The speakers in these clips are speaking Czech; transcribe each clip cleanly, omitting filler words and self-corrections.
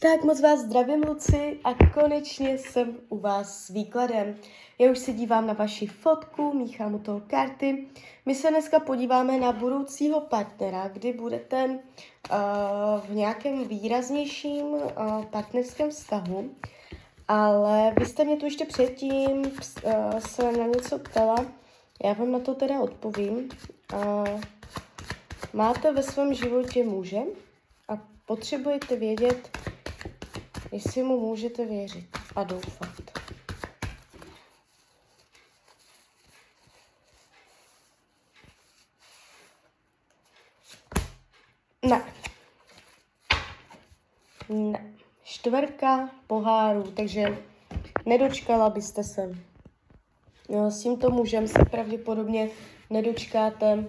Tak moc vás zdravím, Luci, a konečně jsem u vás s výkladem. Já už se dívám na vaši fotku, míchám u toho karty. My se dneska podíváme na budoucího partnera, kdy budete v nějakém výraznějším partnerském vztahu. Ale vy jste mě tu ještě předtím se na něco ptala. Já vám na to teda odpovím. Máte ve svém životě muže a potřebujete vědět, jestli mu můžete věřit a doufat. Ne. Čtverka pohárů, takže nedočkala byste se. No, s tímto mužem se pravděpodobně nedočkáte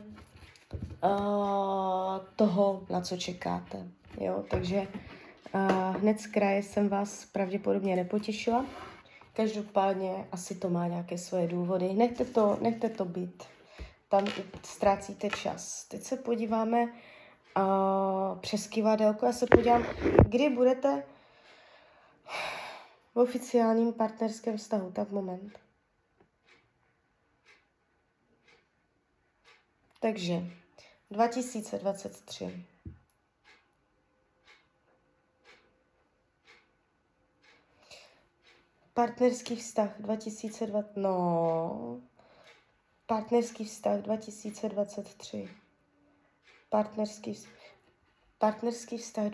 toho, na co čekáte. Jo, takže hned z kraje jsem vás pravděpodobně nepotěšila. Každopádně asi to má nějaké svoje důvody. Nechte to být. Tam ztrácíte čas. Teď se podíváme přes kyvadélko. Já se podívám, kdy budete v oficiálním partnerském vztahu. Tak moment. Takže 2023. Partnerský vztah 2020. No. Partnerský vztah 2023. Partnerský vztah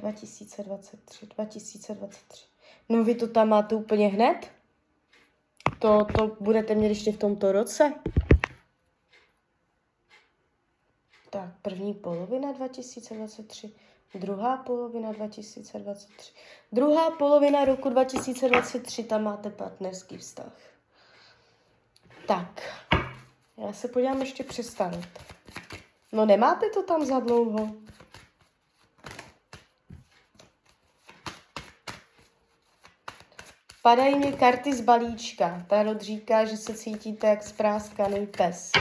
2023. No vy to tam máte úplně hned? To budete mít ještě v tomto roce? Tak, první polovina 2023, druhá polovina 2023. Druhá polovina roku 2023, tam máte partnerský vztah. Tak, já se podívám ještě přes tarot. No nemáte to tam za dlouho? Padají mi karty z balíčka. Tarot říká, že se cítíte jak spráskaný pes.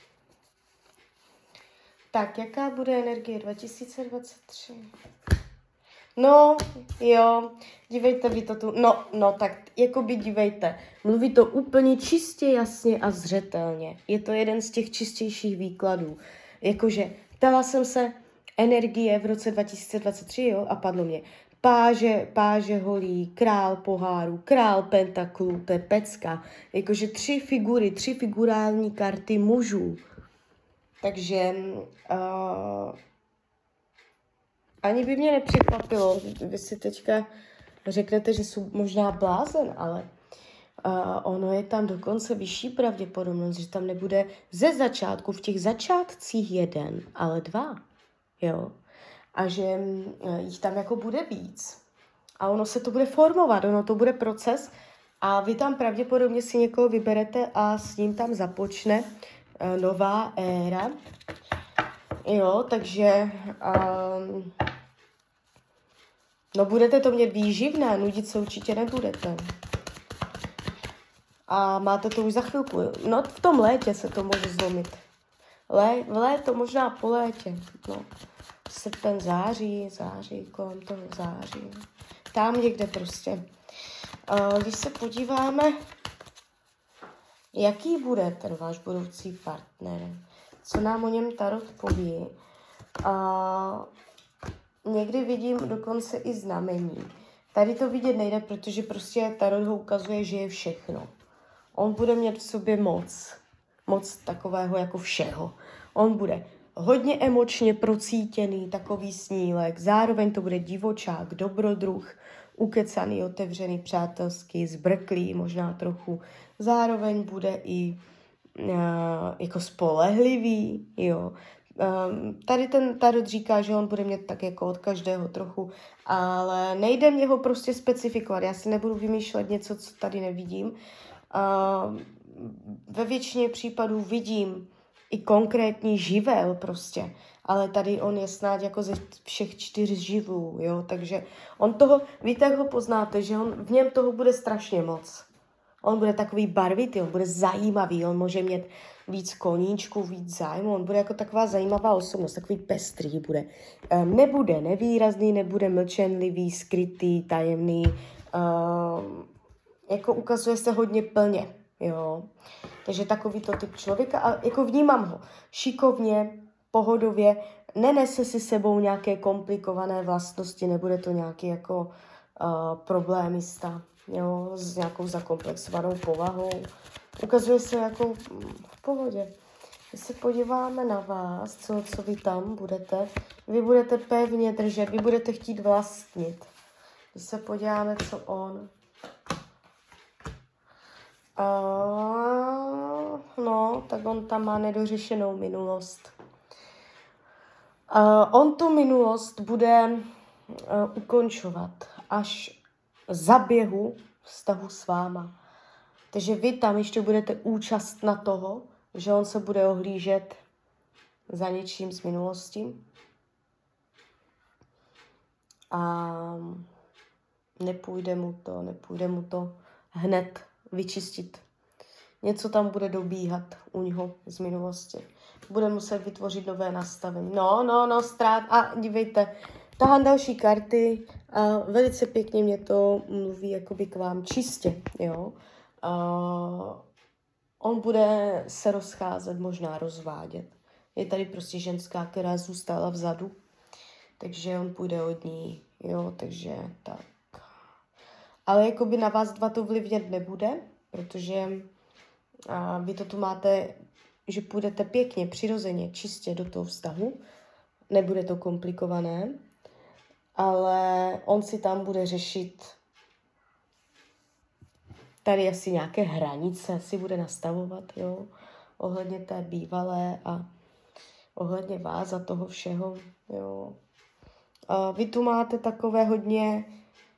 Tak, jaká bude energie 2023? No, jo, dívejte, vy to tu, no, tak jakoby dívejte. Mluví to úplně čistě, jasně a zřetelně. Je to jeden z těch čistějších výkladů. Jakože, ptala jsem se energie v roce 2023, jo, a padlo mě páže holí, král poháru, král pentaklů, to je pecka. Jakože 3 figurální karty mužů. Takže ani by mě nepřekvapilo, vy si teďka řeknete, že jsou možná blázen, ale ono je tam dokonce vyšší pravděpodobnost, že tam nebude ze začátku, v těch začátcích 1, ale 2, jo. A že jich tam jako bude víc. A ono se to bude formovat, ono to bude proces a vy tam pravděpodobně si někoho vyberete a s ním tam započne nová éra. Jo, takže no budete to mít výživné, nudit se určitě nebudete. A máte to už za chvilku. No v tom létě se to může zlomit. V léto, možná po létě. No. Srpen, září, kolem toho září. Tam někde prostě. Když se podíváme, jaký bude ten váš budoucí partner, co nám o něm tarot poví. Někdy vidím dokonce i znamení. Tady to vidět nejde, protože prostě tarot ho ukazuje, že je všechno. On bude mít v sobě moc takového jako všeho. On bude hodně emočně procítěný, takový snílek, zároveň to bude divočák, dobrodruh, ukecaný, otevřený, přátelský, zbrklý možná trochu. Zároveň bude i jako spolehlivý, jo. Tady ten tarot říká, že on bude mít tak jako od každého trochu, ale nejde mě ho prostě specifikovat. Já si nebudu vymýšlet něco, co tady nevidím. Ve většině případů vidím i konkrétní živel prostě, ale tady on je snad jako ze všech 4 živlů, jo, takže vy tak ho poznáte, že v něm toho bude strašně moc. On bude takový barvitý, on bude zajímavý, on může mít víc koníčků, víc zájmu, on bude jako taková zajímavá osobnost, takový pestrý bude. Nebude nevýrazný, nebude mlčenlivý, skrytý, tajemný, jako ukazuje se hodně plně, jo. Takže takovýto typ člověka, a jako vnímám ho šikovně, pohodově, nenese si sebou nějaké komplikované vlastnosti, nebude to nějaký jako problémista, jo, s nějakou zakomplexovanou povahou. Ukazuje se jako v pohodě. Když se podíváme na vás, co vy tam budete, vy budete pevně držet, vy budete chtít vlastnit. Když se podíváme, co on. No, tak on tam má nedořešenou minulost. On tu minulost bude ukončovat až za běhu vztahu s váma. Takže vy tam ještě budete účast na toho, že on se bude ohlížet za něčím z minulosti. A nepůjde mu to hned vyčistit. Něco tam bude dobíhat u něho z minulosti. Bude muset vytvořit nové nastavení. A dívejte, tahám další karty a velice pěkně mě to mluví jakoby k vám čistě, jo. On bude se rozcházet, možná rozvádět. Je tady prostě ženská, která zůstala vzadu, takže on půjde od ní, jo, takže tak. Ale jakoby na vás dva to vlivnět nebude, protože vy to tu máte, že půjdete pěkně, přirozeně, čistě do toho vztahu. Nebude to komplikované, ale on si tam bude řešit tady asi nějaké hranice, si bude nastavovat, jo, ohledně té bývalé a ohledně vás a toho všeho, jo. Vy tu máte takové hodně,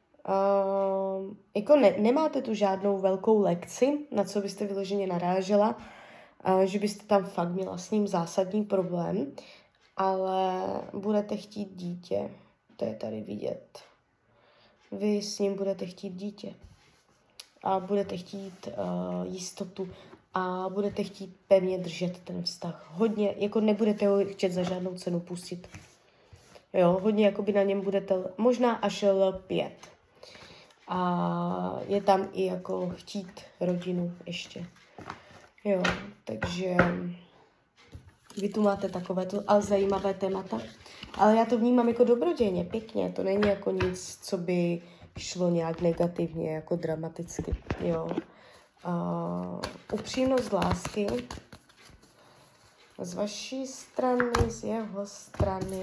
jako nemáte tu žádnou velkou lekci, na co byste vyloženě narážela, že byste tam fakt měla s ním zásadní problém, ale budete chtít dítě, to je tady vidět. Vy s ním budete chtít dítě a budete chtít jistotu a budete chtít pevně držet ten vztah. Hodně, jako nebudete ho chtět za žádnou cenu pustit. Jo, hodně jakoby na něm budete možná až lpět. A je tam i jako chtít rodinu ještě. Jo, takže vy tu máte takovéto ale zajímavé témata. Ale já to vnímám jako dobrodějně, pěkně. To není jako nic, co by šlo nějak negativně, jako dramaticky. Jo. Upřímnost lásky z vaší strany, z jeho strany.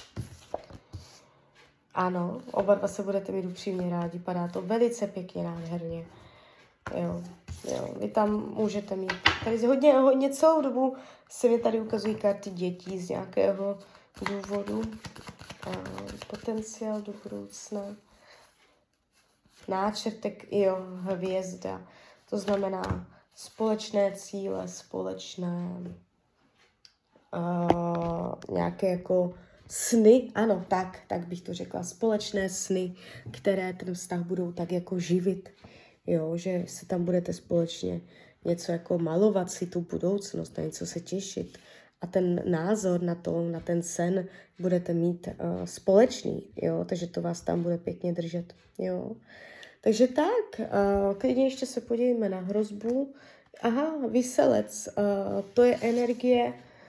Ano, oba dva se budete mít upřímně rádi, padá to velice pěkně, nádherně. Jo, vy tam můžete mít, tady hodně celou dobu se mi tady ukazují karty dětí z nějakého důvodu. Potenciál do budoucna. Náčrtek, jo, hvězda. To znamená společné cíle, společné nějaké jako sny, ano, tak bych to řekla, společné sny, které ten vztah budou tak jako živit, jo, že se tam budete společně něco jako malovat si tu budoucnost, na něco se těšit a ten názor na to, na ten sen budete mít společný, jo, takže to vás tam bude pěkně držet, jo. Takže tak, klidně ještě se podívejme na hrozbu. Aha, Vyselec, to je energie,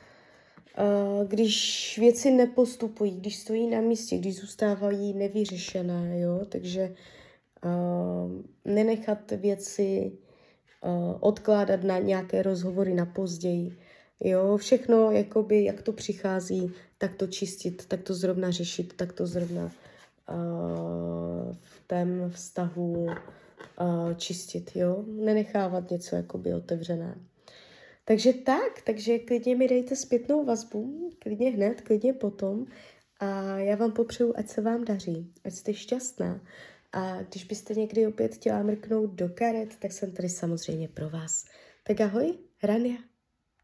když věci nepostupují, když stojí na místě, když zůstávají nevyřešené, jo, takže nenechat věci odkládat na nějaké rozhovory na později, jo, všechno, jakoby, jak to přichází, tak to čistit, tak to zrovna řešit, tak to zrovna v tém vztahu čistit, jo, nenechávat něco jakoby otevřené. Takže klidně mi dejte zpětnou vazbu, klidně hned, klidně potom a já vám popřeju, ať se vám daří, ať jste šťastná a když byste někdy opět chtěla mrknout do karet, tak jsem tady samozřejmě pro vás. Tak ahoj, Rania.